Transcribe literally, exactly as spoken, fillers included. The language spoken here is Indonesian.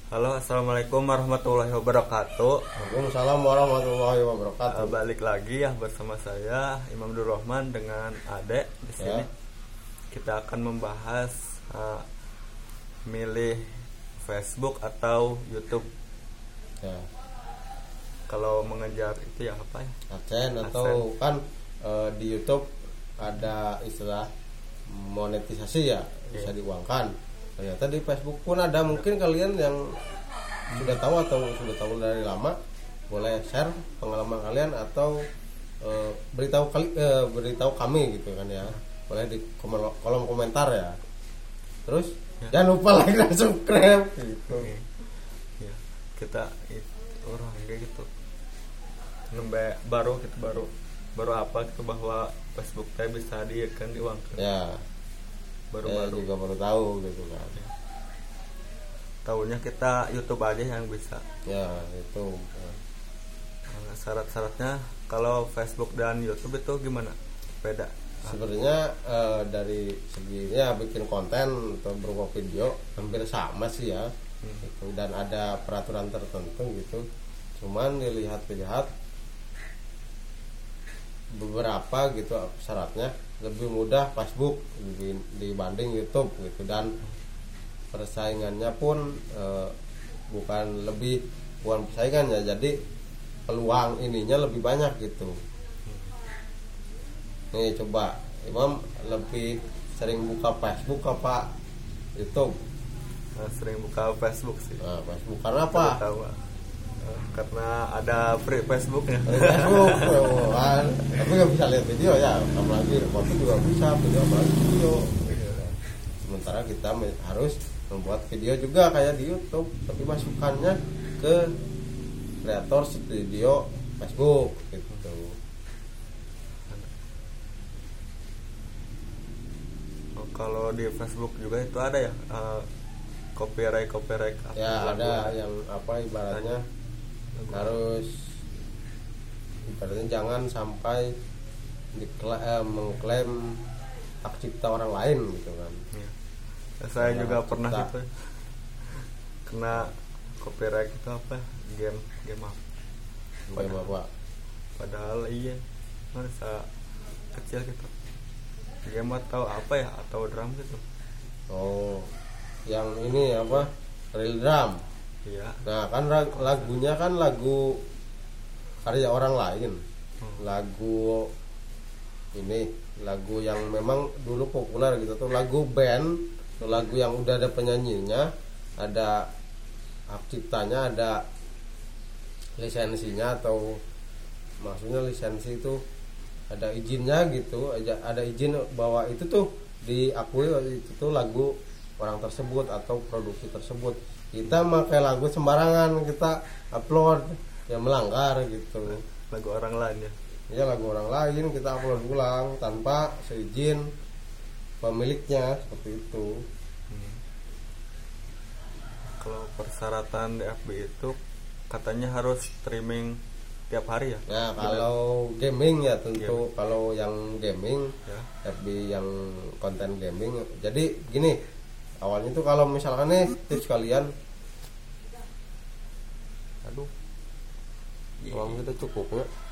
Halo, assalamualaikum warahmatullahi wabarakatuh. Waalaikumsalam warahmatullahi wabarakatuh. Uh, balik lagi ya bersama saya Imam Durrahman dengan Ade di sini. Ya. Kita akan membahas uh, milih Facebook atau YouTube. Ya. Kalau mengejar itu ya apa ya? Adsense atau kan e, di YouTube ada istilah monetisasi ya, bisa Yeah. diuangkan. Ternyata di Facebook pun ada, mungkin kalian yang sudah tahu atau sudah tahu dari lama, boleh share pengalaman kalian atau e, beritahu kali e, beritahu kami gitu kan ya. Boleh di kolom, kolom komentar ya. Terus Ya. jangan lupa like dan subscribe gitu. Ya, kita itu orang kayak gitu. Nembe baru gitu baru baru apa gitu bahwa Facebook teh bisa diikan diuangkan. Ya. Baru-baru Saya juga baru tahu gitu kan. Tahunya kita YouTube aja yang bisa. Ya itu. Nah, syarat-syaratnya kalau Facebook dan YouTube itu gimana? Beda. Sebenarnya eh, dari segi ya bikin konten atau berupa video hampir sama sih ya. Hmm. Gitu. Dan ada peraturan tertentu gitu. Cuman dilihat-lihat beberapa gitu syaratnya lebih mudah Facebook dibanding YouTube gitu, dan persaingannya pun e, bukan lebih bukan persaingannya, jadi peluang ininya lebih banyak gitu. Nih coba Imam lebih sering buka Facebook apa YouTube? Nah, sering buka Facebook sih. Nah, Facebook karena apa? Tahu, uh, karena ada free Facebooknya. Facebook oh, kan. Tapi nggak bisa lihat video ya, apalagi foto juga bisa, video apalagi video. Sementara kita harus membuat video juga kayak di YouTube, tapi masukannya ke kreator studio Facebook gitu. Oh, kalau di Facebook juga itu ada ya uh, copyright copyright Ya lagu. ada yang apa ibaratnya Lagu. harus ibaratnya jangan sampai dikla, eh, mengklaim hak cipta orang lain gitu kan. Ya. Ya, saya Karena juga hak pernah cipta. gitu kena copyright itu apa game game apa Game apa? padahal iya masa kecil gitu game atau apa ya atau drum gitu. Oh, yang ini apa? Real drum. Iya. Nah kan lagunya kan lagu karya orang lain. Hmm. Lagu ini lagu yang memang dulu populer gitu tuh, lagu band, lagu yang udah ada penyanyinya, ada hak ciptanya, ada lisensinya, atau maksudnya lisensi itu ada izinnya gitu, ada izin bahwa itu tuh diakui itu tuh lagu orang tersebut atau produksi tersebut. Kita pakai lagu sembarangan kita upload, ya melanggar gitu. Lagu orang lain ya. Ya lagu orang lain kita upload ulang tanpa seizin pemiliknya, seperti itu. Hmm. Kalau persyaratan di F B itu katanya harus streaming tiap hari ya. Nah kalau gaming ya tentu. Game. Kalau yang gaming Ya. F B yang konten gaming, jadi gini awalnya tuh kalau misalkan nih tips kalian, Aduh. uang kita cukup nggak?